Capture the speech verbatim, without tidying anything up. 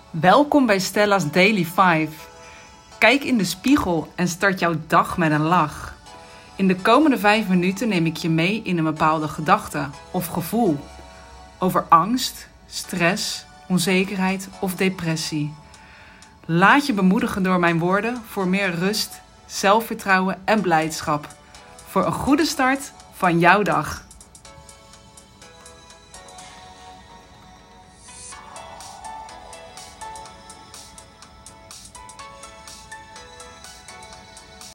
Welkom bij Stella's Daily five. Kijk in de spiegel en start jouw dag met een lach. In de komende vijf minuten neem ik je mee in een bepaalde gedachte of gevoel. Over angst, stress, onzekerheid of depressie. Laat je bemoedigen door mijn woorden voor meer rust, zelfvertrouwen en blijdschap. Voor een goede start van jouw dag.